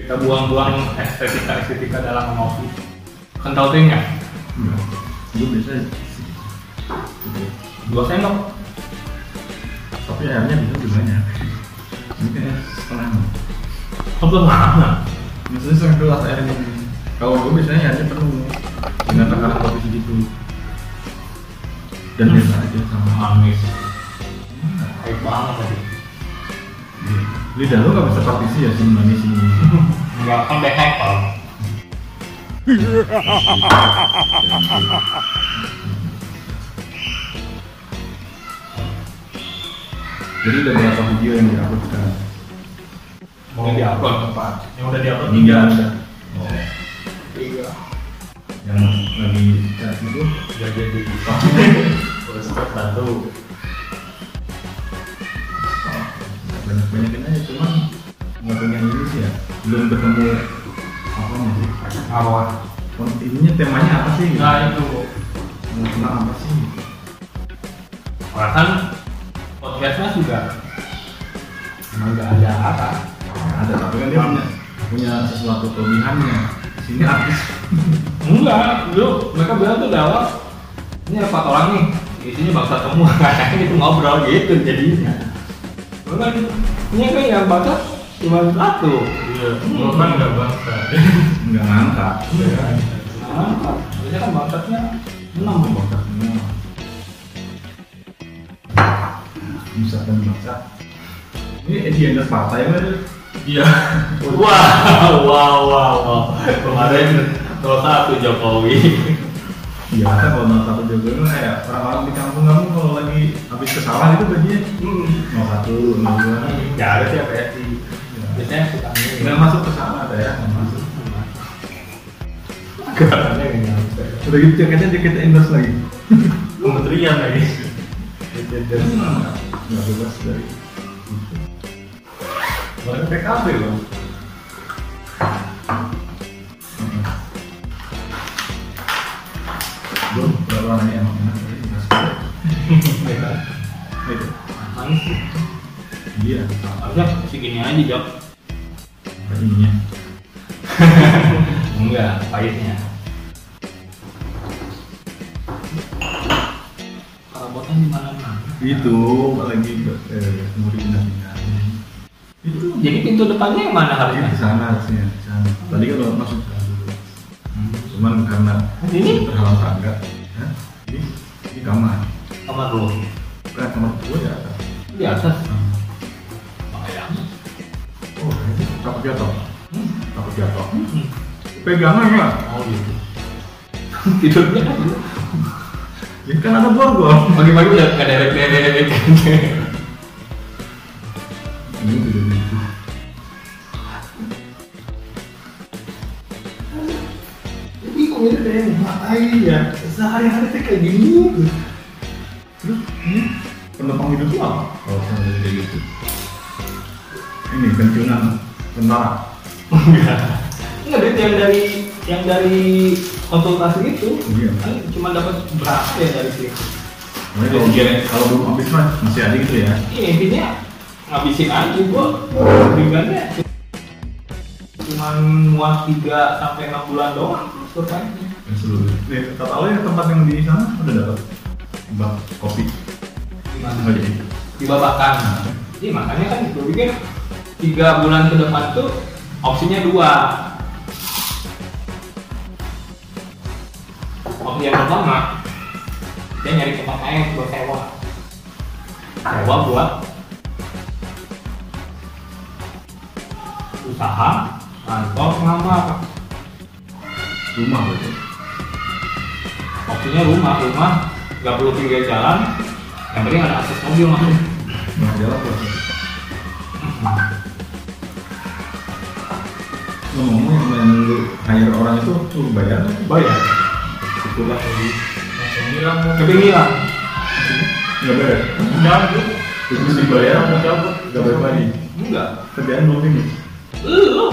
kita buang-buang estetika dalam ngopi. Kental tehnya? Enggak. Gue biasa 2 sendok. tapi airnya bisa lebih banyak. Ini kayak setengah. Mana? Maksudnya setengah gelas airnya. Kalau gue biasanya airnya penuh dengan takaran kopi segitu. Dan biasa aja sama. Manis. Baik banget tadi. Lidah lu gak bisa partisi ya sih manis ini. Enggak kan behek kalau. Jadi udah berapa video yang diupload sekarang? Mau diupload 4. Yang udah diupload 3. Udah. Oh. 3. Yang lagi chat itu Udah jadi. Terus satu. banyak-banyakin aja, cuman nggak pengen ini sih ya, belum ketemu apa sih? Apa? Ininya temanya apa sih? Nah itu. Mau tentang apa sih? Orang kan podcastnya juga emang nggak ada apa. Ada, tapi kan dia punya sesuatu kelebihannya. Sini artis. Enggak, dulu mereka bilang tuh lewat ini ada 4 orang nih, isinya bangsa semua, kayaknya gitu ngobrol gitu jadinya. Bukan, ini kan yang baca cuma 1. Iya, kan nggak bangsa. Nggak ngangkat. Nah, biasanya kan bangsanya 6 Bangsa semua. Bisa dan bangsa. Ini di endorse partai kan? Iya. Wow. Kemarin 01 Jokowi. Biasa kalau nonton satu Jokowi itu kayak orang-orang di kampung kamu kalau lagi habis ke sawah itu bajunya 01, 02. Ya ada sih PSI. Biasanya suka Nggak masuk ke sana ada ya, nggak masuk. Gerakannya nggak nyampe. Udah gitu jaketnya endorse lagi. Kementerian lagi. Nggak bebas dari Mereka PKB loh. belum berapa lama emang enak dari itu. Manis sih. Iya, Harusnya segini aja Jok. ininya. Enggak, pahitnya. Perabotan di mana-mana. Itu lagi mau dipindah-pindah. Itu Jadi pintu depannya yang mana di harusnya? sana harusnya, di sana. Tadi kan lo masuk sana dulu. Cuman karena Ini? terhalang tangga. Hah? Ini kamar. Kamar lu. Bukan kamar gue ya atas. Di atas. Bahaya. Oh, ini takut jatuh. Takut jatuh. Hmm. Pegangan nggak? Oh gitu. Tidurnya kan gitu. Ini kan ada borgol. Pagi-pagi udah nggak derek. Ini tidak begitu. Jadi kok ini deh, ngapain ya? Sehari-hari tuh kayak gini. Terus ini penumpang hidup tuh apa? Kalau sama kayak gitu. Ini pensiunan tentara. Enggak duit yang dari konsultasi itu. Iya. Kan cuma dapat berapa ya dari situ? Kalau belum habis mah masih ada gitu ya. Ini intinya ngabisin aja gua. Bimbingannya cuma muat 3 sampai 6 bulan doang surveinya. Yang seluruh. Nih, totalnya tempat yang di sana udah dapat bak kopi. Gimana? Oh jadi. Dibabakan. Jadi makanya kan gue pikir 3 bulan ke depan tuh opsinya 2. Opsi yang pertama, dia nyari tempat lain buat sewa. Sewa buat usaha, kantor, ngamar. Rumah berarti. Opsinya rumah, nggak perlu pinggir jalan, yang penting ada akses mobil masuk. Rumah jalan berarti. Ngomong-ngomong yang main lu hire orang itu lu bayar? Bayar. Itulah lagi. Kepinggiran. Nggak bayar. Cabut. Terus dibayar mau cabut? Nggak bayar lagi. Enggak. Kerjaan belum ini. Belum.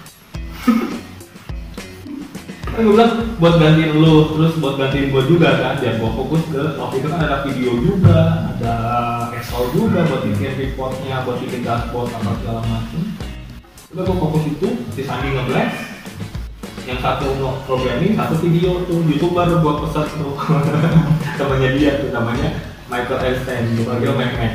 Kan gue bilang buat gantiin lu, terus buat gantiin gue juga kan, biar gue fokus ke waktu itu kan ada video juga, ada Excel juga buat bikin reportnya, buat bikin dashboard apa segala macam. Udah gue fokus itu, si Sandi nge-blast, yang satu programming, satu video tuh YouTuber buat pesan tuh temannya dia tuh namanya Michael Einstein, dipanggil Mac.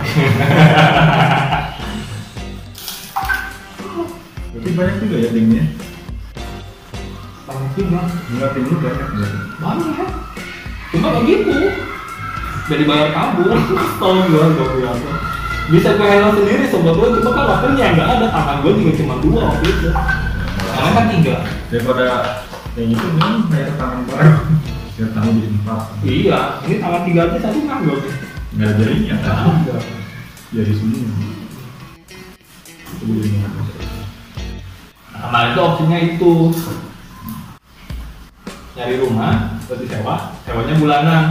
Berarti banyak juga ya timnya? Banyak juga. Enggak, tim lu banyak berarti? Banyak. Cuma kayak gitu. Jadi bayar kabur, tau gue bilang tuh. Bisa gue handle sendiri sobat gue, cuma kan waktunya nggak ada, tangan gue juga cuma 2 waktu itu. Karena kan 3. Daripada yang itu kan bayar tangan baru. Biar tangan jadi 4. Iya, ini tangan 3 aja satu nganggur. Nggak ada jarinya kan? Enggak. Ya di sini. Itu boleh ingat. Kemarin itu opsinya itu nyari rumah, terus disewa, sewanya bulanan.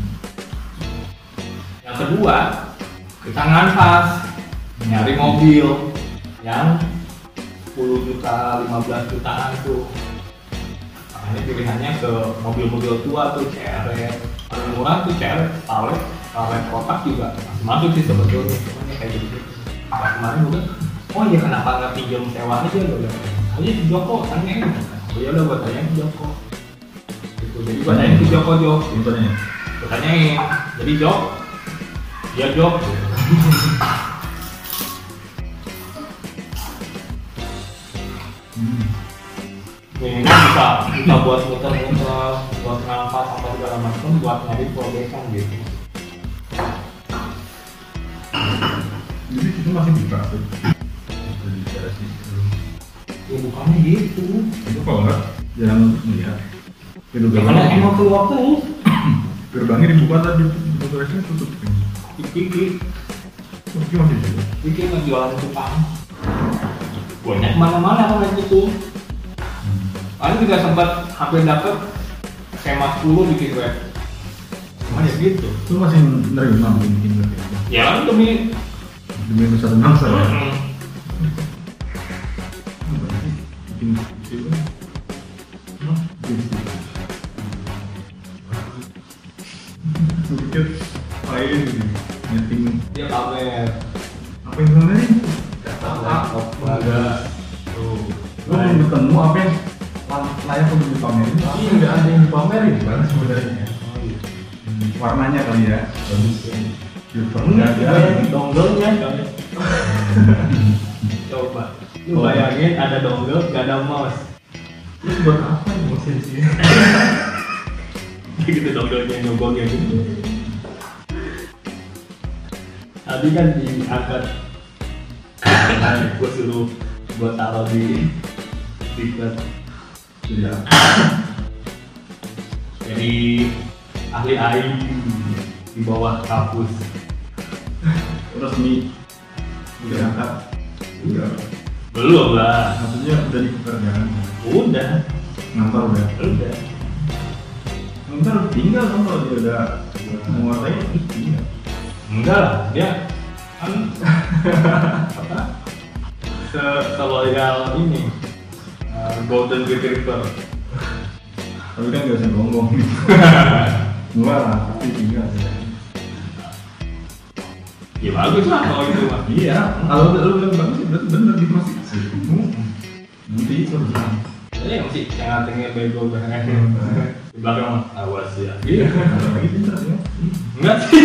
Yang kedua, kita ngantas nyari mobil yang 10 juta, 15 jutaan tuh. Makanya pilihannya ke mobil-mobil tua tuh, CRF. Paling murah tuh CRF, Palet kotak juga masih masuk sih sebetulnya, cuman kayak gitu. Pas kemarin udah, oh iya kenapa nggak pinjam sewa aja lo bilang, oh iya si Joko tanyain, oh iya udah buat tanyain si Joko. Gitu, jadi buat tanyain si Joko Infonya. gue tanyain, jadi Jok, iya Jok. Ini bisa buat muter-muter, buat ngangkat apa segala macam, buat nyari progresan gitu. Jadi itu masih buka tuh. Itu di garasi. Ya bukannya gitu. Itu kalau nggak jangan melihat. Itu Ya karena emang keluar terus. Gerbangnya dibuka tadi, motornya tutup. Iki Masih juga. Iki nggak jualan Jepang. Banyak kemana-mana kan gitu. Paling juga sempat hampir dapet skema 10 bikin web. Cuma ya gitu. Itu masih nerima bikin web ya. Ya kan demi Nusa Tenggara ya. Bikin itu. Gue pikir lain nyeting dia pamer. apa yang kemarin? Laptop baga. Tuh. Lo mau ketemu apa yang layak untuk dipamerin? Iya, nggak ada yang dipamerin kan sebenarnya. Warnanya kali ya, bagus ya. Enggak ada dongle-nya. Coba. Lu bayangin ada dongle, gak ada mouse. Lu buat apa nih mesin sih? Gitu dongle-nya nyogoknya gitu. Tadi kan diangkat. Gue suruh buat taruh di speaker. Iya. Jadi ahli AI di bawah kampus. Resmi udah angkat. Udah. Belum lah. Maksudnya udah di pekerjaan. Udah. Ngantor udah. Udah. Ntar tinggal kan kalau dia udah menguasai itu tinggal. Enggak lah, dia kan apa? Seloyal ini Golden Retriever. Tapi kan nggak usah gonggong gitu. Luar lah, tapi tinggal. Ya bagus lah kalau gitu mah. Iya, kalau lu bilang bagus berarti bener gitu masih. Nanti itu bisa. Jadi yang sih yang artinya bego banget. Di belakang mah awas ya. Iya, kalau lagi pintar ya. Enggak sih.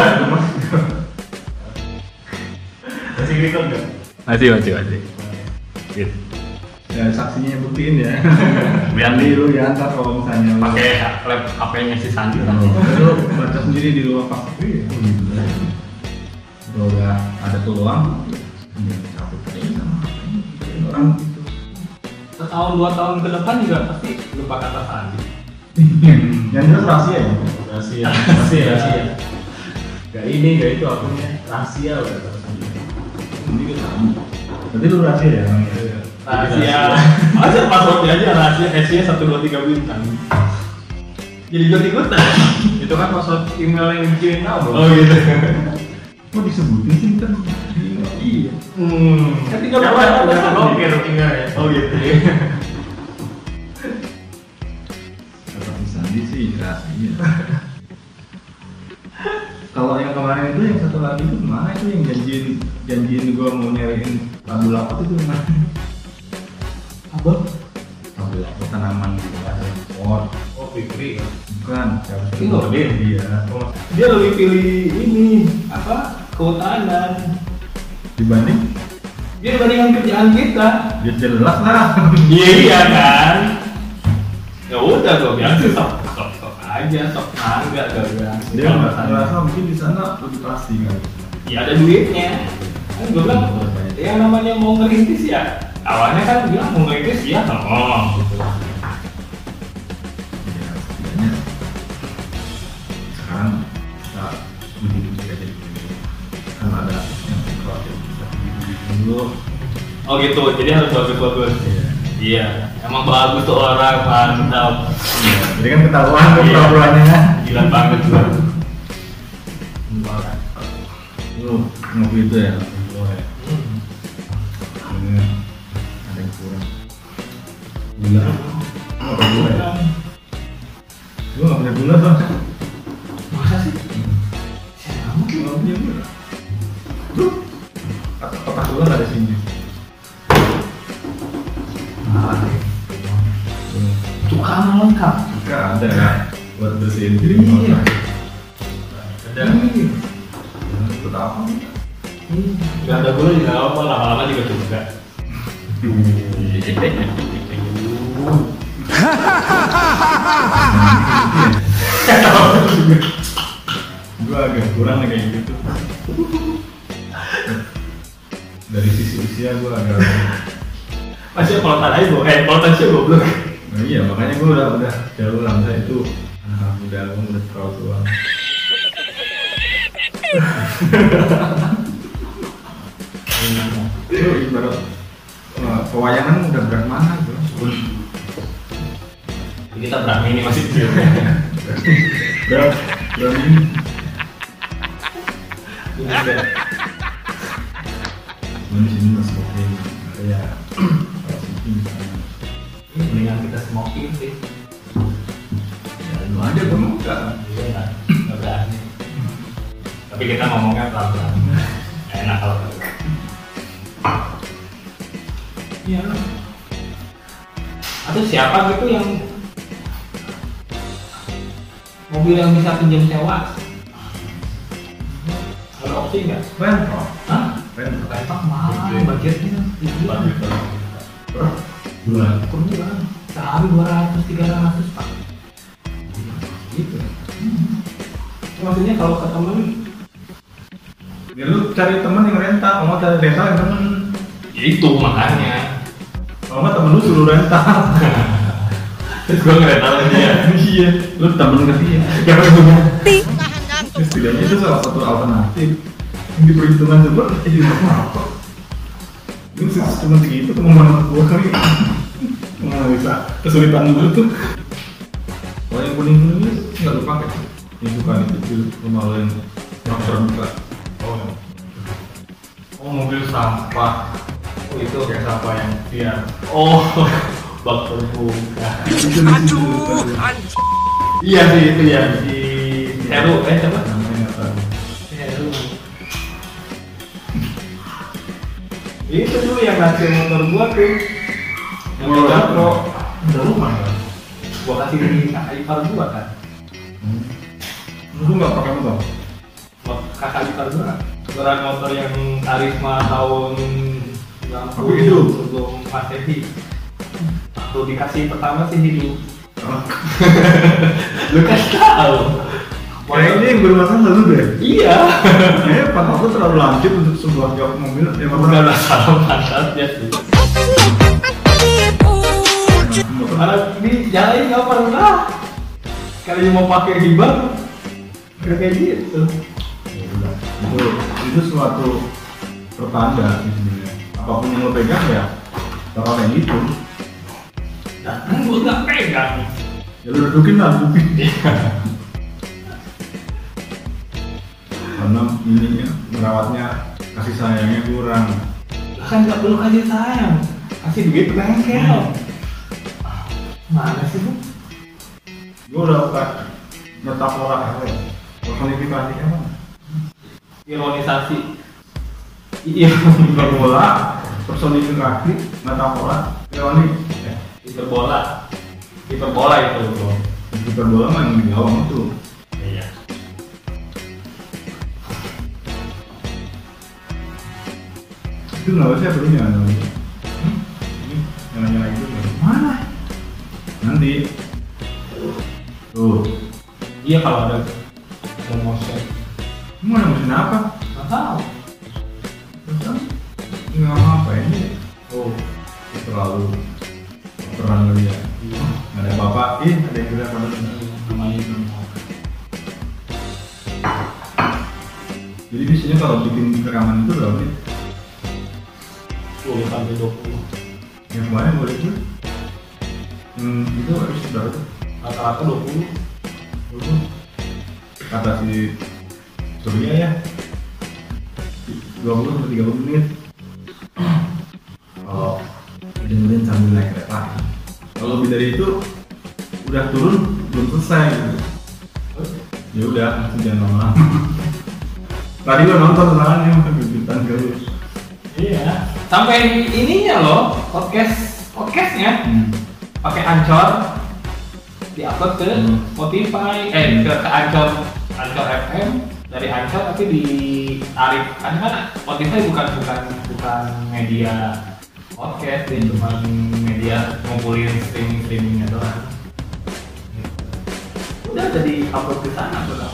Masih record nggak? Masih. Gitu. Ya saksinya buktiin ya. Biar lu ya ntar kalau misalnya lu- Pakai lab HP-nya si Sandi lah. lu baca sendiri di luar pasti ya. Gitu. Kalau udah ada peluang, ya cabut aja sama orang gitu. Setahun 2 tahun ke depan juga pasti lupa kata Sandi. Yang jelas rahasia ya. Rahasia. Gak ini, gak itu akunnya rahasia udah tahu sendiri. Ini kita tahu. Berarti lu rahasia ya namanya. Rahasia. Masa passwordnya aja rahasia SC 1 2 3 bintang. Jadi ikut-ikutan. Itu kan password email yang dikirim kamu. Oh gitu. Kok disebutin sih kan? Iya. Kan tinggal Udah blokir tinggal ya. Oh gitu. Seperti Sandi sih rahasia. Kalau yang kemarin itu yang satu lagi itu mana itu yang janjiin gua mau nyariin lagu lapot itu mana? Apa? Ambil apa tanaman gitu ada pot. Oh, Fikri kan? Bukan, harus Ini loh, dia. Dia lebih pilih ini apa? Kehutanan. Dibanding Dia dibandingkan kerjaan kita. dia jelas lah. Iya kan? Ya udah gue bilang sih sok aja, sok mangga gak. Dia ngerasa mungkin di sana lebih pasti kan. Ya ada duitnya. Kan gue bilang, ya namanya mau ngerintis ya. Awalnya kan bilang mau ngerintis ya, gitu. Ya, setidaknya sekarang kita budi-budi aja dulu. Kan ada yang project kita budi dulu. Oh gitu, jadi harus bagus-bagus. Iya. Iya, emang bagus tuh orang, mantap. Iya, jadi kan ketahuan tuh Iya. pura-puranya kan. Gila banget tuh. Lu ngopi itu ya. Ini ada yang kurang. Gula. Apa gula ya? Gua nggak punya gula soalnya. Masa sih? Siapa? Nggak punya gula. Tuh, kotak gula nggak ada sini. Tukang lengkap. Nggak ada ya. Buat bersihin Iya. Ada. Buat apa? Gak ada gula juga apa, lama-lama juga juga. Gua agak kurang nih kayak gitu. Dari sisi usia gua agak. Masih polotan aja bu, polotan sih goblok. Nah, iya makanya gua udah jauh lah, saya itu anak muda, gua udah terlalu tua. Itu ibarat pewayangan udah berat mana tuh? Kita berani ini masih kecil. Berat ini. Cuman di sini masih oke. Kayak kalau sini misalnya. Ini mendingan kita smoking sih. Ya lu aja gua mau nggak? Iya nggak berani. Tapi kita ngomongnya pelan-pelan. Enak kalau gitu. Iya. Atau siapa gitu yang mobil yang bisa pinjam sewa? Ada opsi nggak? Rental. Hah? Rental. Rental mahal budgetnya. Bulan. Ukurnya bang, sehari 200-300 pak. Gitu. Maksudnya kalau ke temen, Ya lu cari temen yang rental, kalau mau cari rental yang temen. ya itu makanya. Kalau nggak temen lu suruh rental. Terus gue ngerentalin dia. Iya. Lu temen ke dia. Gak punya. Setidaknya itu salah satu alternatif. Yang diperhitungkan coba, apa? Lu cuma segitu teman-teman gua kali. Nggak bisa. Kesulitan dulu tuh. Kalau yang kuning-kuning ini nggak lu pakai. Ini bukan itu rumah lo yang terbuka. Oh mobil sampah. Oh itu kayak sampah yang biar Oh bak terbuka. Aduh. Iya sih itu ya di Heru. Siapa? Namanya nggak tahu. Heru. Itu dulu yang ngasih motor gua tuh. Yang Oh, Mega Pro. Udah rumah kan? Gua kasih di kakak ipar gua kan. Lu nggak pakai motor? Kakak ipar gua. Beran motor yang Karisma tahun 90 Aku hidup. sebelum Masehi. Waktu dikasih pertama sih hidup. Lu kan tahu. Kayak ini yang bermasalah lu deh. Iya. Kayaknya pantat lu terlalu lanjut untuk sebuah jawab mobil. Ya Bukan masalah pantatnya sih. Karena di jalan nggak pernah. Kali mau pakai hibah, kayak gitu. Ya udah. Itu suatu pertanda sih sebenarnya. Apapun yang lo pegang ya bakal kayak gitu. Nah, kan gua nggak pegang. Ya lu dudukin lah, dudukin. Karena ininya merawatnya, kasih sayangnya kurang. Lah kan nggak perlu kasih sayang, kasih duit ke bengkel. Mana sih bu? Gue udah bukan metafora apa ya? Personifikasinya mana? Ironisasi. Iya. Bola, personifikasi metafora teori hiperbola itu bro. hiperbola mah yang di gawang itu. Iya. Itu nggak usah perlunya namanya. Yang nyala itu mana? Nanti. Tuh. Iya kalau ada motion. Mau ada mesin apa? Nggak tahu. Nggak apa ini. Oh, Terlalu terang kali ya. Nggak ada apa-apa. Ada yang gerak pada namanya belum tahu. Jadi biasanya kalau bikin rekaman itu berapa menit? 10 sampai 20. Yang kemarin boleh itu? Itu harus berapa tuh? Rata-rata 20. Kata si Surya ya 20 sampai 30 menit. Kalau dengerin sambil naik kereta. Kalau lebih dari itu udah turun belum selesai gitu. Ya udah, langsung jangan lama-lama. Tadi gua nonton soalnya kejutan kali. Iya. Sampai ininya loh, podcastnya pakai Anchor diupload ke Spotify, ke Anchor FM, dari Anchor tapi ditarik kan Spotify bukan media podcast, ini cuma media ngumpulin streamingnya doang. Udah jadi upload ke sana tuh.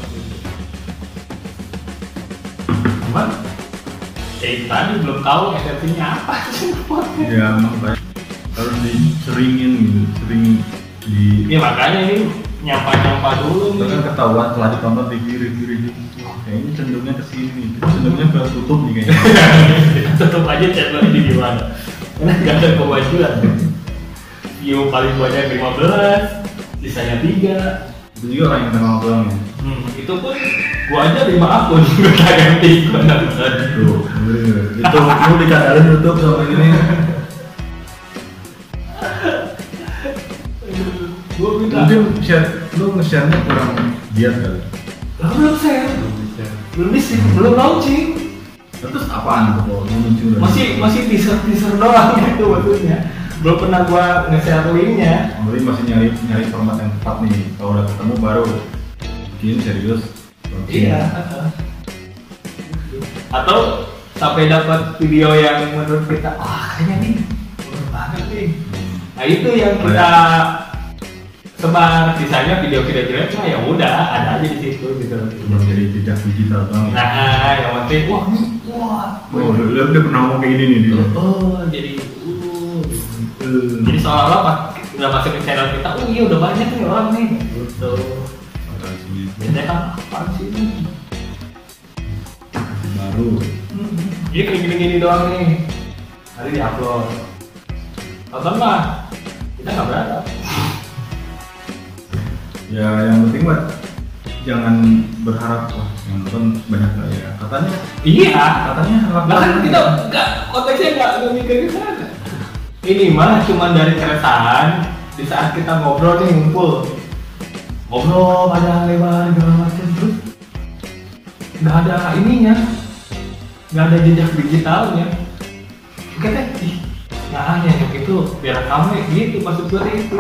Cuman tadi belum tahu esensinya apa sih podcast. Ya makanya harus diseringin gitu, sering di. Iya makanya ini nyapa dulu Itu kan nih. ketahuan setelah ditonton di kiri gitu. Kayaknya cenderungnya ke sini, cenderungnya ke tutup nih kayaknya. Kita tutup aja channel ini gimana? Karena nggak ada kemajuan. View paling banyak 15, sisanya 3. Itu juga orang yang kenal doang ya. Itu pun gua aja 5 akun gua ganti gua nonton. Tuh, itu lu dikadalin YouTube sama ini. Gua minta. Mungkin lu nge-share-nya kurang giat kali. Lah belum share. Belum launching. Terus apaan tuh kalau muncul? Masih teaser doang gitu maksudnya. Belum pernah gua nge-share linknya. Berarti masih nyari format yang tepat nih. Kalau udah ketemu baru bikin serius. Iya. Atau sampai dapat video yang menurut kita, kayaknya nih menurut banget nih. Nah itu yang kita sebar, sisanya video-video jelek mah ya udah ada aja di situ gitu. Belum jadi jejak digital banget. Nah yang penting Oh, udah pernah ngomong kayak gini nih dia. jadi seolah-olah pas udah masuk ke channel kita, iya udah banyak nih orang nih gitu. Biasanya kan apaan sih ini? Baru. Jadi gini doang nih. Hari di upload. Tonton mah kita nggak berada. Ya yang penting buat jangan berharap wah yang nonton banyak lah ya. Katanya Iya. Bahkan kita nggak konteksnya nggak mikir ke sana. Ini mah cuma dari keresahan di saat kita ngobrol nih ngobrol ada lebar segala macam terus nggak ada ininya, nggak ada jejak digitalnya. Kita hanya itu biar kamu gitu maksud gue itu.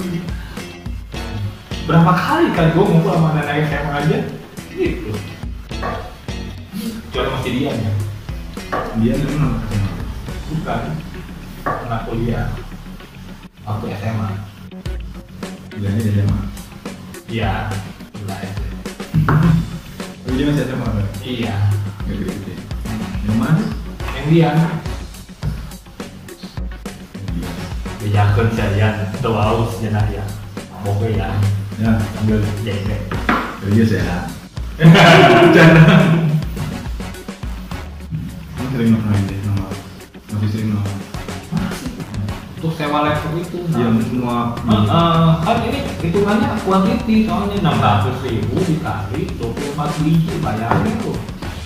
Berapa kali kan gue ngumpul sama anak SMA aja gitu. Kecuali masih dia ya. Dia memang Bukan anak kuliah waktu SMA. bilangnya dia SMA. Iya, mulai SD. Tapi dia masih SMA kan? Iya, Gak gede-gede. Yang mana? yang dia Yang dia. dijakun saya tuh aus jenah ya. Moga ya, Ya, sambil jengkel. dia sehat. Bercanda. Kamu sering nonton ini sama masih sering nonton. Untuk sewa laptop itu. Yang semua Kan ini hitungannya quantity soalnya 600.000 dikali 24 biji bayarnya tuh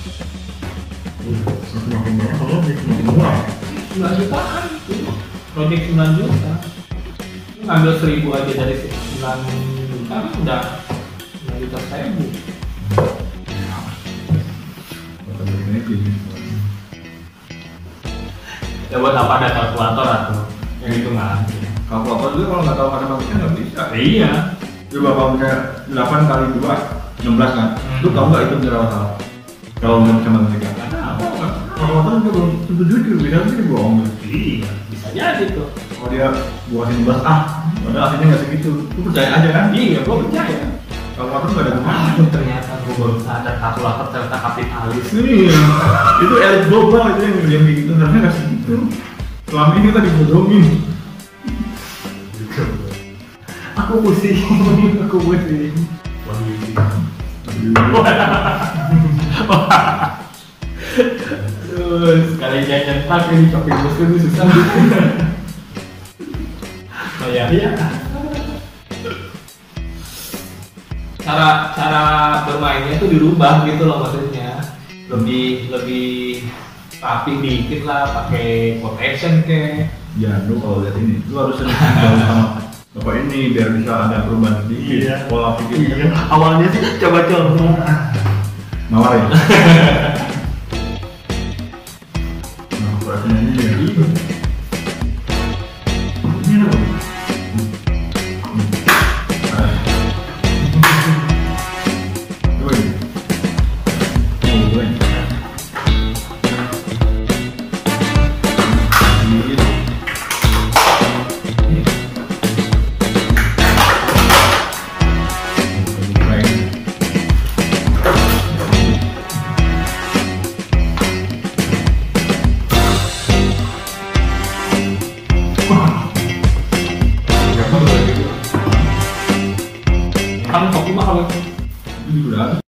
semakin murah kalau semakin murah. 9 jutaan itu project 9 juta ngambil 1.000 aja dari 9 juta kan udah 9 juta 1.000. Kata berikutnya gini. Ya buat apa ada kalkulator atau yang hitungan? Kalkulator juga kalau nggak tahu matematika nggak bisa. Iya. Coba kalau misalnya 8 kali 2 16 kan, lu tahu nggak itu berapa salah? Kalau nggak bisa matematika. Nggak tahu. Kalkulator juga belum tentu jujur, bisa sih bohong. Iya, bisa jadi tuh. Kalau dia buat 16 padahal aslinya nggak segitu, lu percaya aja kan? Iya, gua percaya. Kalkulator nggak ada gunanya. Aduh, ternyata gua baru sadar kalkulator ternyata kapitalis. Iya, itu elit global itu yang kayak gitu, sebenarnya nggak segitu. Selama ini kita dibodohin. Aku pusing, aku pusing. Terus sekali jajan tak ini kopi bosku ini susah. Oh ya, iya. Cara bermainnya tuh dirubah gitu loh maksudnya. Lebih rapi dikit lah, pakai quotation kayak. Ya, lu kalau lihat ini, lu harus sering ngobrol sama bapak ini biar bisa ada perubahan sedikit. Iya. Pola pikirnya. Awalnya sih coba-coba. Mawar ya? Nah, perasaan ini ya. Ini apa? Dua ini. Dua ini. Kan kopi mahal. Ini udah habis.